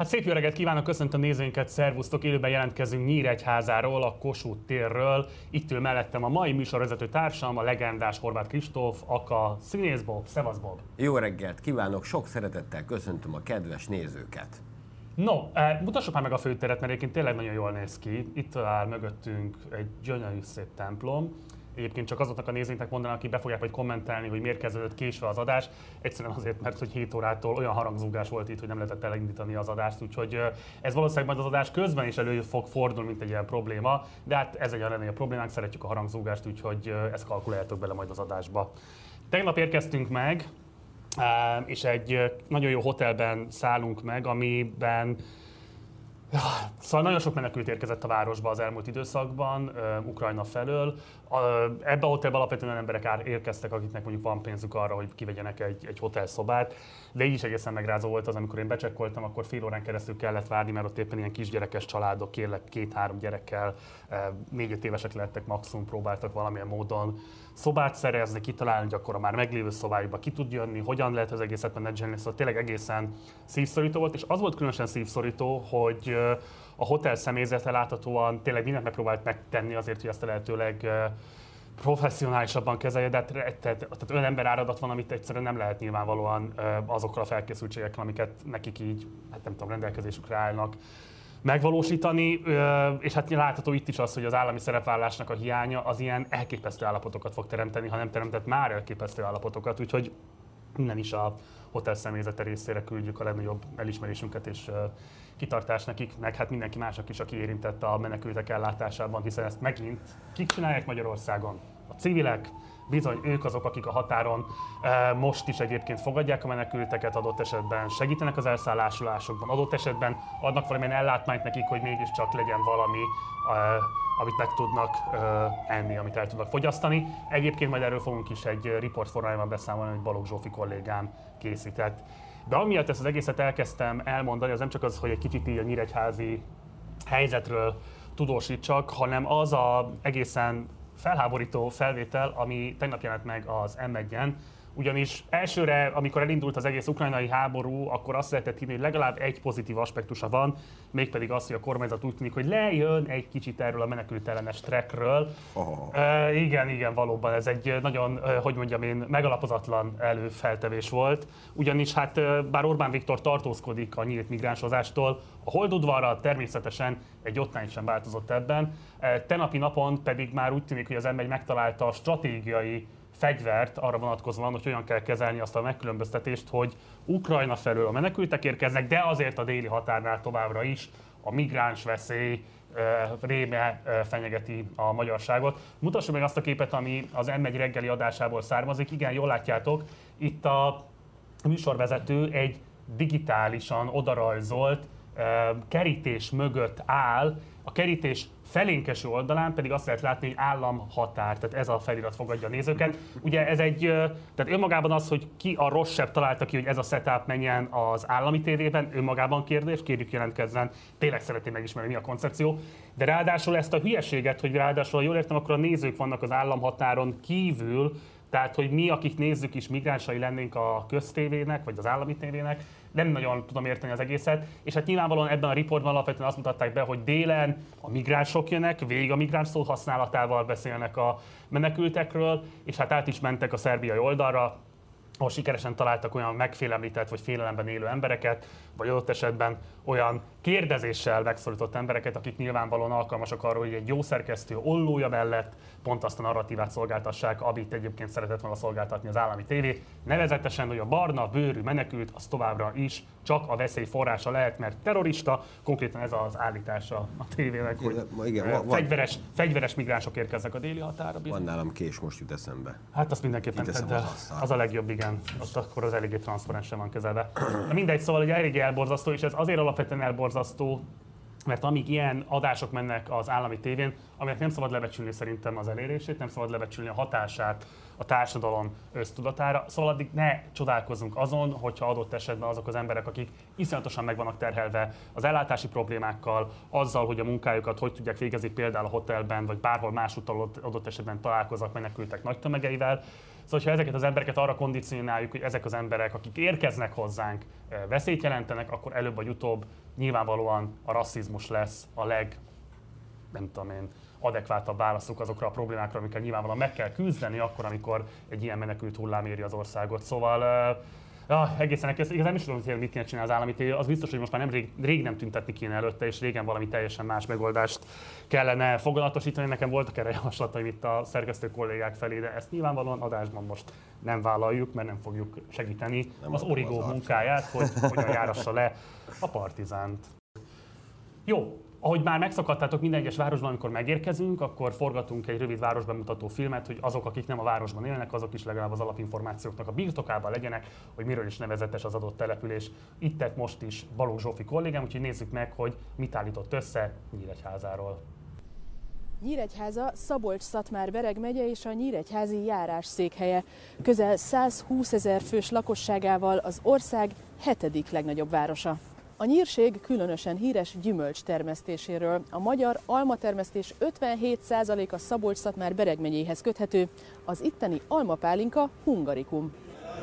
Hát szép jó reggelt kívánok, köszöntöm nézőinket, szervusztok, élőben jelentkezünk Nyíregyházáról, a Kossuth térről. Itt ül mellettem a mai műsorvezető társam, a legendás Horváth Kristóf, aka színész Bob. Szevasz Bob! Jó reggelt kívánok, sok szeretettel köszöntöm a kedves nézőket. No, mutassuk már meg a főteret, mert egyébként tényleg nagyon jól néz ki. Itt áll mögöttünk egy gyönyörű szép templom. Egyébként csak azoknak a nézőinknek mondanak, akik be fogják majd kommentálni, hogy miért kezdődött késve az adás. Egyszerűen azért, mert hogy 7 órától olyan harangzúgás volt itt, hogy nem lehetett elindítani az adást, úgyhogy ez valószínűleg majd az adás közben is elő fog fordulni, mint egy ilyen probléma, de hát ez egy a legnagyobb problémánk, szeretjük a harangzúgást, úgyhogy ezt kalkuláljátok bele majd az adásba. Tegnap érkeztünk meg, és egy nagyon jó hotelben szállunk meg, amiben szóval nagyon sok menekült érkezett a városba az elmúlt időszakban, Ukrajna felől. Ebbe a hotelben alapvetően olyan emberek érkeztek, akiknek mondjuk van pénzük arra, hogy kivegyenek egy hotelszobát, de így is egészen megrázó volt az, amikor én becsekkoltam, akkor fél órán keresztül kellett várni, mert ott éppen ilyen kisgyerekes családok, kérlek 2-3 gyerekkel, 4-5 évesek lehettek maximum, próbáltak valamilyen módon szobát szerezni, kitalálni, hogy akkor a már meglévő szobájukba ki tud jönni, hogyan lehet az egészet menedzselni, szóval tényleg egészen szívszorító volt, és az volt különösen szívszorító, hogy a hotel személyzete láthatóan tényleg mindent megpróbált megtenni azért, hogy ezt a lehetőleg professzionálisabban kezelje, de tehát olyan emberáradat van, amit egyszerűen nem lehet nyilvánvalóan azokkal a felkészültségekkel, amiket nekik így, hát nem tudom, rendelkezésükre állnak, megvalósítani, és hát látható itt is az, hogy az állami szerepvállásnak a hiánya az ilyen elképesztő állapotokat fog teremteni, ha nem teremtett már elképesztő állapotokat, úgyhogy innen is a hotel személyzete részére küldjük a legnagyobb elismerésünket és kitartást nekik, meg hát mindenki másnak is, aki érintett a menekültek ellátásában, hiszen ezt megint kik csinálják Magyarországon? A civilek, bizony ők azok, akik a határon most is egyébként fogadják a menekülteket, adott esetben segítenek az elszállásolásokban, adott esetben adnak valamilyen ellátmányt nekik, hogy mégiscsak legyen valami, amit meg tudnak enni, amit el tudnak fogyasztani. Egyébként majd erről fogunk is egy riport formájában beszámolni, amit Balogh Zsófi kollégám készített. De amiatt ezt az egészet elkezdtem elmondani, az nem csak az, hogy egy kicsit így a nyíregyházi helyzetről tudósítsak, hanem az az egészen felháborító felvétel, ami tegnap jelent meg az M1-en, ugyanis elsőre, amikor elindult az egész ukrajnai háború, akkor azt lehetett hinni, hogy legalább egy pozitív aspektusa van, mégpedig az, hogy a kormányzat úgy tűnik, hogy lejön egy kicsit erről a menekültellenes trackről. Igen, valóban ez egy nagyon, hogy mondjam én, megalapozatlan előfeltevés volt, ugyanis hát bár Orbán Viktor tartózkodik a nyílt migránsozástól, a Holdudvarra természetesen egy ottán sem változott ebben. Tenapi napon pedig már úgy tűnik, hogy az M1 megtalálta a stratégiai fegyvert arra vonatkozóan, hogy hogyan kell kezelni azt a megkülönböztetést, hogy Ukrajna felől a menekültek érkeznek, de azért a déli határnál továbbra is a migráns veszély réme fenyegeti a magyarságot. Mutassuk meg azt a képet, ami az M1 reggeli adásából származik. Igen, jól látjátok, itt a műsorvezető egy digitálisan odarajzolt kerítés mögött áll, a kerítés felénkeső oldalán pedig azt lehet látni, hogy államhatár, tehát ez a felirat fogadja a nézőket. Ugye ez egy, tehát önmagában az, hogy ki a rosszabb találta ki, hogy ez a setup menjen az állami tévében, önmagában kérdés, kérjük jelentkezzen, tényleg szeretném megismerni, mi a koncepció. De ráadásul ezt a hülyeséget, hogy ráadásul, ha jól értem, akkor a nézők vannak az államhatáron kívül, tehát, hogy mi, akik nézzük is, migránsai lennénk a köztévének, vagy az állami tévének, nem nagyon tudom érteni az egészet, és hát nyilvánvalóan ebben a riportban alapvetően azt mutatták be, hogy délen a migránsok jönnek, végig a migráns szó használatával beszélnek a menekültekről, és hát át is mentek a szerbiai oldalra, ahol sikeresen találtak olyan megfélemlített vagy félelemben élő embereket, vagy adott esetben olyan kérdezéssel megszorított embereket, akik nyilvánvalóan alkalmasak arra, hogy egy jó szerkesztő ollója mellett pont azt a narratívát szolgáltassák, amit egyébként szeretett volna szolgáltatni az állami tévé. Nevezetesen, hogy a barna bőrű menekült az továbbra is csak a veszély forrása lehet, mert terrorista, konkrétan ez az állítása a tévének, hogy fegyveres migránsok érkeznek a déli határa. Van nálam kés, most jut eszembe. Hát azt mindenképpen tedd el. Az a legjobb, igen. Ott akkor az eléggé transzparensen van kezelve. Mindegy, szóval ugye eléggé elborzasztó, és ez azért alapvetően elborzasztó, mert amíg ilyen adások mennek az állami tévén, aminek nem szabad lebecsülni szerintem az elérését, nem szabad lebecsülni a hatását a társadalom össztudatára, szóval addig ne csodálkozzunk azon, hogyha adott esetben azok az emberek, akik iszonyatosan meg vannak terhelve az ellátási problémákkal, azzal, hogy a munkájukat hogy tudják végezni például a hotelben, vagy bárhol másúttal adott esetben találkoznak menekültek nagy tömegeivel, Szóval, ha ezeket az embereket arra kondicionáljuk, hogy ezek az emberek, akik érkeznek hozzánk, veszélyt jelentenek, akkor előbb vagy utóbb nyilvánvalóan a rasszizmus lesz a nem tudom én, adekvátabb válaszuk azokra a problémákra, amikkel nyilvánvalóan meg kell küzdeni, akkor, amikor egy ilyen menekült hullám éri az országot. Szóval egészen igazán nem is tudom, hogy mit kéne csinálni az állami tévé. Az biztos, hogy most már rég nem tüntetni kéne előtte, és régen valami teljesen más megoldást kellene foganatosítani. Nekem voltak erre javaslataim itt a szerkesztő kollégák felé, de ezt nyilvánvalóan adásban most nem vállaljuk, mert nem fogjuk segíteni az Origo munkáját, hogy hogyan járassa le a Partizánt. Jó. Ahogy már megszakadtátok minden egyes városban, amikor megérkezünk, akkor forgatunk egy rövid városbemutató filmet, hogy azok, akik nem a városban élnek, azok is legalább az alapinformációknak a birtokában legyenek, hogy miről is nevezetes az adott település. Itt tett most is Balogh Zsófi kollégám, úgyhogy nézzük meg, hogy mit állított össze Nyíregyházáról. Nyíregyháza Szabolcs-Szatmár-Bereg megye és a nyíregyházi járás székhelye. Közel 120 000 fős lakosságával az ország 7. legnagyobb városa. A nyírség különösen híres gyümölcs termesztéséről. A magyar almatermesztés 57%-a Szabolcs-Szatmár-Bereg megyéhez köthető, az itteni almapálinka hungarikum.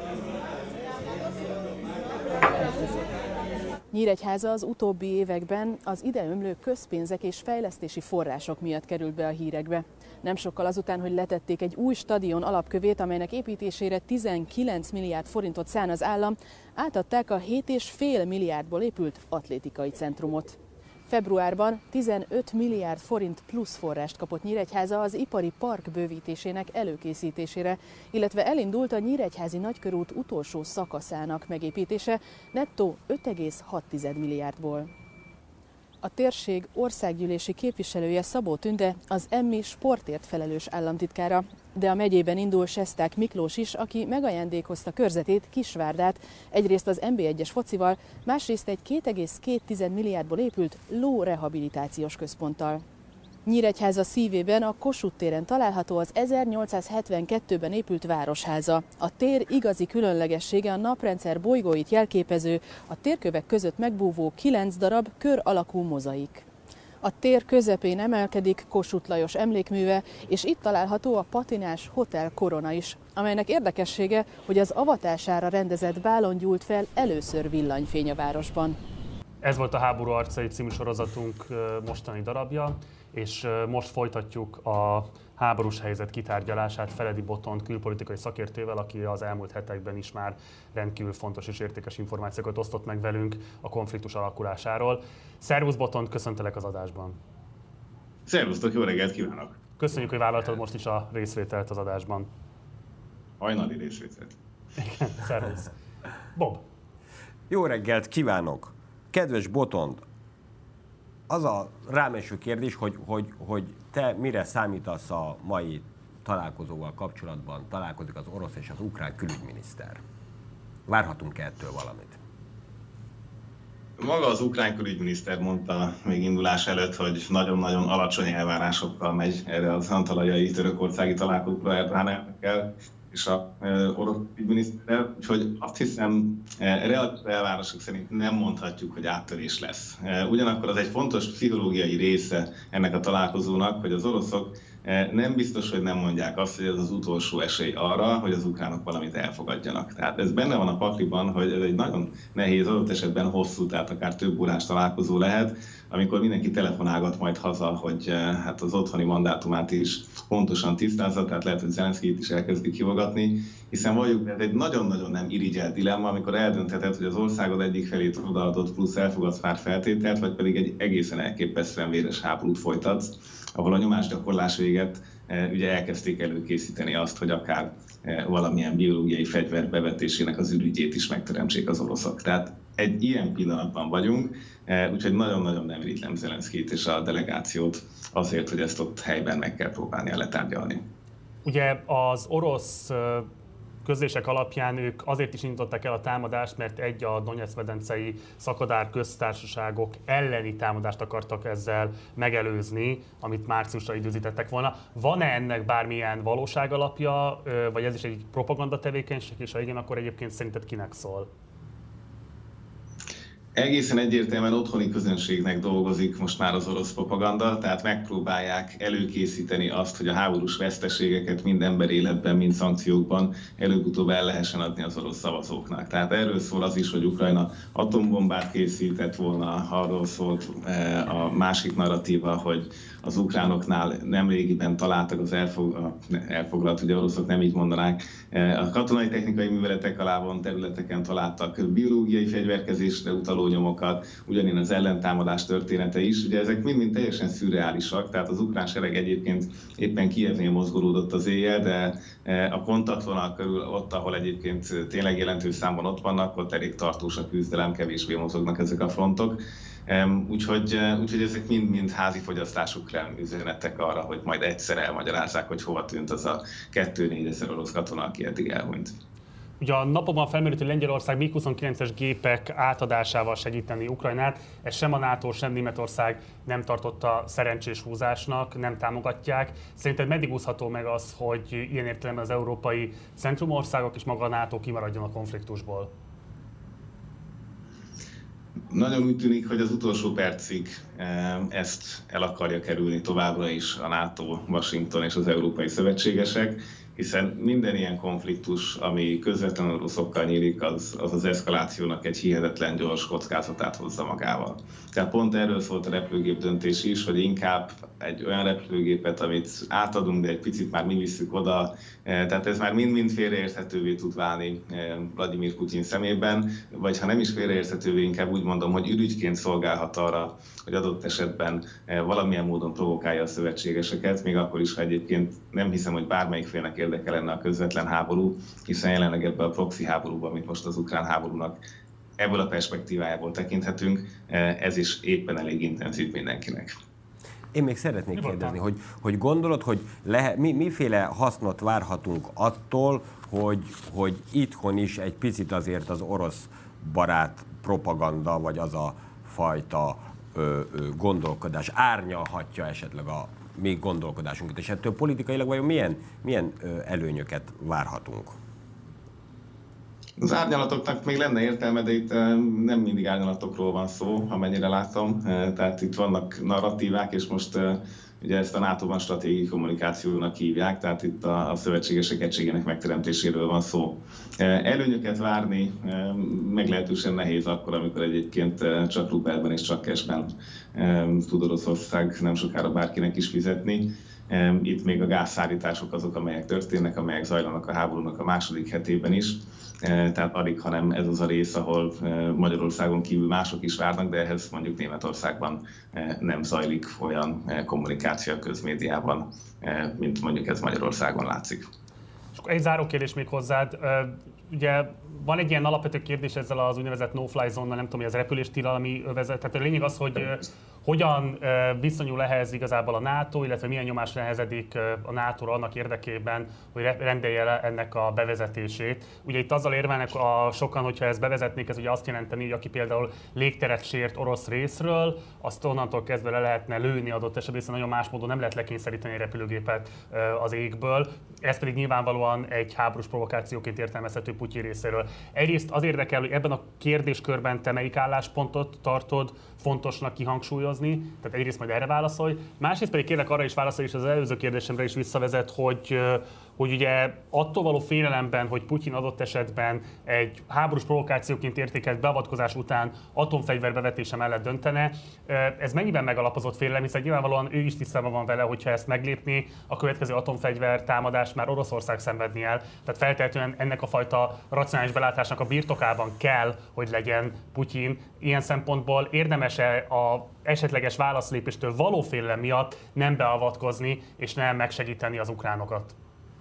Nyíregyháza az utóbbi években az ideömlő közpénzek és fejlesztési források miatt került be a hírekbe. Nem sokkal azután, hogy letették egy új stadion alapkövét, amelynek építésére 19 milliárd forintot szán az állam, átadták a 7,5 milliárdból épült atlétikai centrumot. Februárban 15 milliárd forint plusz forrást kapott Nyíregyháza az ipari park bővítésének előkészítésére, illetve elindult a Nyíregyházi Nagykörút utolsó szakaszának megépítése nettó 5,6 milliárdból. A térség országgyűlési képviselője Szabó Tünde az EMMI sportért felelős államtitkára, de a megyében indul Sesták Miklós is, aki megajándékozta körzetét, Kisvárdát, egyrészt az NB1-es focival, másrészt egy 2,2 milliárdból épült ló rehabilitációs központtal. Nyíregyháza szívében a Kossuth téren található az 1872-ben épült városháza. A tér igazi különlegessége a naprendszer bolygóit jelképező, a térkövek között megbúvó 9 darab kör alakú mozaik. A tér közepén emelkedik Kossuth Lajos emlékműve, és itt található a patinás Hotel Korona is, amelynek érdekessége, hogy az avatására rendezett bálon gyúlt fel először villanyfény a városban. Ez volt a Háború arcai című sorozatunk mostani darabja, és most folytatjuk a háborús helyzet kitárgyalását Feledi Botond külpolitikai szakértővel, aki az elmúlt hetekben is már rendkívül fontos és értékes információkat osztott meg velünk a konfliktus alakulásáról. Szervusz Botond, köszöntelek az adásban! Szervusztok, jó reggelt kívánok! Köszönjük, hogy vállaltad most is a részvételt az adásban. Hajnali részvételt. Igen, szervusz! Bob! Jó reggelt kívánok! Kedves Botond, az a rám eső kérdés, hogy te mire számítasz a mai találkozóval kapcsolatban? Találkozik az orosz és az ukrán külügyminiszter. Várhatunk-e ettől valamit? Maga az ukrán külügyminiszter mondta még indulás előtt, hogy nagyon-nagyon alacsony elvárásokkal megy erre az antalyai törökországi találkozóra Erdogánnak és a orosz külügyminiszterrel, úgyhogy azt hiszem, reális elvárások szerint nem mondhatjuk, hogy áttörés lesz. Ugyanakkor az egy fontos pszichológiai része ennek a találkozónak, hogy az oroszok nem biztos, hogy nem mondják azt, hogy ez az utolsó esély arra, hogy az ukránok valamit elfogadjanak. Tehát ez benne van a pakliban, hogy ez egy nagyon nehéz, adott esetben hosszú, tehát akár több órás találkozó lehet, amikor mindenki telefonálgat majd haza, hogy hát az otthoni mandátumát is pontosan tisztázza, tehát lehet, hogy Zelenszkijt is elkezdik hívogatni, hiszen valljuk, ez egy nagyon-nagyon nem irigyelt dilemma, amikor eldöntheted, hogy az országod egyik felét odaadott plusz elfogadsz pár feltételt, vagy pedig egy egészen elképesztően véres háborút folytatsz, ahol a nyomásgyakorlás véget ugye elkezdték előkészíteni azt, hogy akár valamilyen biológiai fegyver bevetésének az ürügyét is megteremtsék az oroszok. Tehát egy ilyen pillanatban vagyunk, úgyhogy nagyon-nagyon nem irigylem Zelenszkijt és a delegációt azért, hogy ezt ott helyben meg kell próbálni letárgyalni. Ugye az orosz közlések alapján ők azért is indították el a támadást, mert a Donetsz-medencei szakadár köztársaságok elleni támadást akartak ezzel megelőzni, amit márciusra időzítettek volna. Van-e ennek bármilyen valóság alapja, vagy ez is egy propaganda tevékenység, és ha igen, akkor egyébként szerinted kinek szól? Egészen egyértelműen otthoni közönségnek dolgozik most már az orosz propaganda, tehát megpróbálják előkészíteni azt, hogy a háborús veszteségeket mind emberéletben, mind szankciókban előbb-utóbb el lehessen adni az orosz szavazóknak. Tehát erről szól az is, hogy Ukrajna atombombát készített volna, arról szólt a másik narratíva, hogy az ukránoknál nemrégiben találtak az elfoglalt, ugye oroszok nem így mondanák, a katonai technikai műveletek alá vont területeken találtak biológiai fegyverkezésre utaló nyomokat, ugyanilyen az ellentámadás története is. Ugye ezek mind teljesen szürreálisak, tehát az ukrán sereg egyébként éppen Kijevnél mozgolódott az éjjel, de a kontaktvonal körül ott, ahol egyébként tényleg jelentős számban ott vannak, ott elég tartós a küzdelem, kevésbé mozognak ezek a frontok. Úgyhogy ezek mind házi fogyasztású Kreml üzenetek arra, hogy majd egyszer elmagyarázzák, hogy hova tűnt az a 2-4 ezer orosz katona, aki eddig elhunyt. Ugye a napokban felmerült, hogy Lengyelország MiG-29-es gépek átadásával segíteni Ukrajnát. Ez sem a NATO, sem Németország nem tartotta szerencsés húzásnak, nem támogatják. Szerinted meddig úszható meg az, hogy ilyen értelemben az európai centrumországok és maga a NATO kimaradjon a konfliktusból? Nagyon úgy tűnik, hogy az utolsó percig ezt el akarja kerülni továbbra is a NATO, Washington és az európai szövetségesek, hiszen minden ilyen konfliktus, ami közvetlenül oroszokkal nyílik, az eszkalációnak egy hihetetlen gyors kockázatát hozza magával. Tehát pont erről szólt a repülőgép döntés is, hogy inkább egy olyan repülőgépet, amit átadunk, de egy picit már mi visszük oda, tehát ez már mind-mind félreérthetővé tud válni Vladimir Putyin szemében, vagy ha nem is félreérthetővé, inkább úgy mondom, hogy ürügyként szolgálhat arra, hogy adott esetben valamilyen módon provokálja a szövetségeseket, még akkor is, ha egyébként nem hiszem, hogy bármelyik félnek érdeke lenne a közvetlen háború, hiszen jelenleg ebben a proxy háborúban, amit most az ukrán háborúnak ebből a perspektívájából tekinthetünk, ez is éppen elég intenzív mindenkinek. Én még szeretnék kérdezni, hogy gondolod, hogy miféle hasznot várhatunk attól, hogy itthon is egy picit azért az orosz barát propaganda, vagy az a fajta gondolkodás árnyalhatja esetleg a mi gondolkodásunkat, és ettől politikailag vajon milyen előnyöket várhatunk? Az árnyalatoknak még lenne értelme, de itt nem mindig árnyalatokról van szó, amennyire látom. Tehát itt vannak narratívák, és most ugye ezt a NATO-ban stratégiai kommunikációnak hívják, tehát itt a szövetségesek egységének megteremtéséről van szó. Előnyöket várni meglehetősen nehéz akkor, amikor egyébként csak rubelben és csak cashben tud Oroszország nem sokára bárkinek is fizetni. Itt még a gázszállítások azok, amelyek történnek, amelyek zajlanak a háborúnak a második hetében is. Tehát alig, hanem ez az a rész, ahol Magyarországon kívül mások is várnak, de ehhez mondjuk Németországban nem zajlik olyan kommunikáció a közmédiában, mint mondjuk ez Magyarországon látszik. És akkor egy záró kérdés még hozzád. Ugye van egy ilyen alapvető kérdés ezzel az úgynevezett no-fly zónnal, nem tudom, hogy ez repüléstilalmi övezet. Tehát a lényeg az, hogy hogyan viszonyul ehhez igazából a NATO, illetve milyen nyomás nehezedik a NATO-ra annak érdekében, hogy rendelje le ennek a bevezetését. Ugye itt azzal érvelnek sokan, hogyha ezt bevezetnék, ez ugye azt jelenteni, hogy aki például légteret sért orosz részről, azt onnantól kezdve le lehetne lőni adott esetben, hiszen nagyon más módon nem lehet lekényszeríteni egy repülőgépet az égből. Ez pedig nyilvánvalóan egy háborús provokációként értelmezhető Putyin részéről. Egyrészt az érdekel, hogy ebben a kérdéskörben te melyik álláspontot tartod fontosnak kihangsúlyozni, tehát egyrészt majd erre válaszolj, másrészt pedig kérlek arra is válaszolj, és az előző kérdésemre is visszavezet, hogy ugye attól való félelemben, hogy Putyin adott esetben egy háborús provokációként értékelt beavatkozás után atomfegyver bevetése mellett döntene, ez mennyiben megalapozott félelem, hiszen nyilvánvalóan ő is tisztában van vele, hogyha ezt meglépni, a következő atomfegyver támadást már Oroszország szenvedni el. Tehát feltétlenül ennek a fajta racionális belátásnak a birtokában kell, hogy legyen Putyin. Ilyen szempontból érdemes-e a esetleges válaszlépéstől való félelem miatt nem beavatkozni és nem megsegíteni az ukránokat?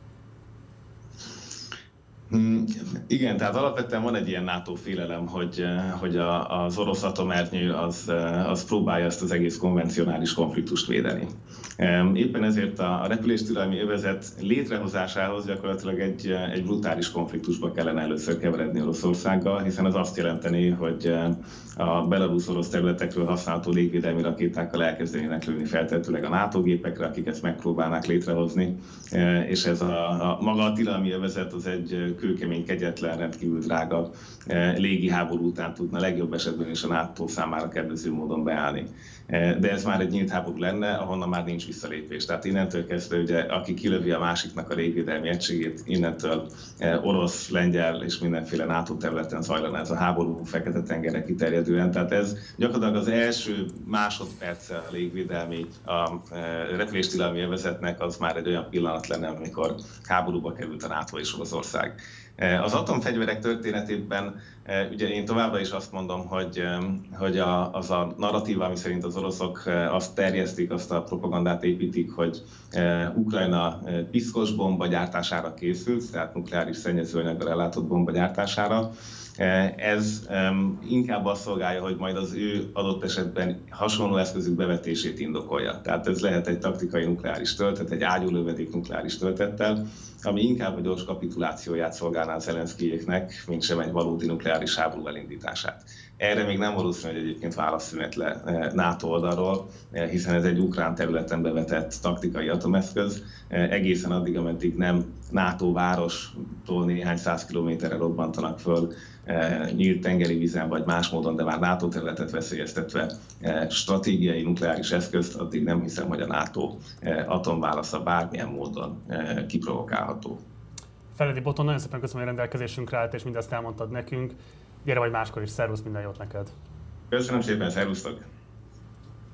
Igen, tehát alapvetően van egy ilyen NATO félelem, hogy az orosz atomernyő az próbálja ezt az egész konvencionális konfliktust védeni. Éppen ezért a repüléstilalmi övezet létrehozásához gyakorlatilag egy brutális konfliktusba kellene először keveredni Oroszországgal, hiszen az azt jelenteni, hogy a belarusz orosz területekről használható légvédelmi rakétákkal elkezdenének lőni feltehetőleg a NATO gépekre, akik ezt megpróbálnák létrehozni, és ez maga a tilalmi övezet az egy kőkemény, kegyetlen, rendkívül drága légi háború után tudna legjobb esetben is a NATO számára kedvező módon beállni. De ez már egy nyílt háború lenne, ahonnan már nincs visszalépés. Tehát innentől kezdve, ugye, aki kilövi a másiknak a légvédelmi egységét, innentől orosz, lengyel és mindenféle NATO területen zajlana ez a háború, Fekete-tengerre kiterjedően. Tehát ez gyakorlatilag az első másodperce a légvédelmi, a repüléstilalmi övezetnek az már egy olyan pillanat lenne, amikor háborúba került a NATO és Oroszország. Az atomfegyverek történetében ugye én továbbra is azt mondom, hogy az a narratíva, ami szerint az oroszok azt terjesztik, azt a propagandát építik, hogy Ukrajna piszkos bomba gyártására készült, tehát nukleáris szennyezőanyaggal ellátott bomba gyártására. Ez inkább azt szolgálja, hogy majd az ő adott esetben hasonló eszközük bevetését indokolja. Tehát ez lehet egy taktikai nukleáris töltet, egy ágyúlövedék nukleáris töltettel, ami inkább a gyors kapitulációját szolgálná Zelenszkijéknek, mint sem egy valódi nukleáris háború elindítását. Erre még nem valószínű, hogy egyébként válaszszünet le NATO oldalról, hiszen ez egy ukrán területen bevetett taktikai atomeszköz. Egészen addig, ameddig nem NATO várostól néhány 100 kilométerre robbantanak föl nyílt tengeri vízen, vagy más módon, de már NATO területet veszélyeztetve stratégiai nukleáris eszközt, addig nem hiszem, hogy a NATO atomválasza bármilyen módon kiprovokálható. Feledi Botond, nagyon szépen köszönöm, hogy rendelkezésünkre állt, és mindezt elmondtad nekünk. Gyere vagy máskor is, szervusz, minden jót neked! Köszönöm szépen, szervusztok!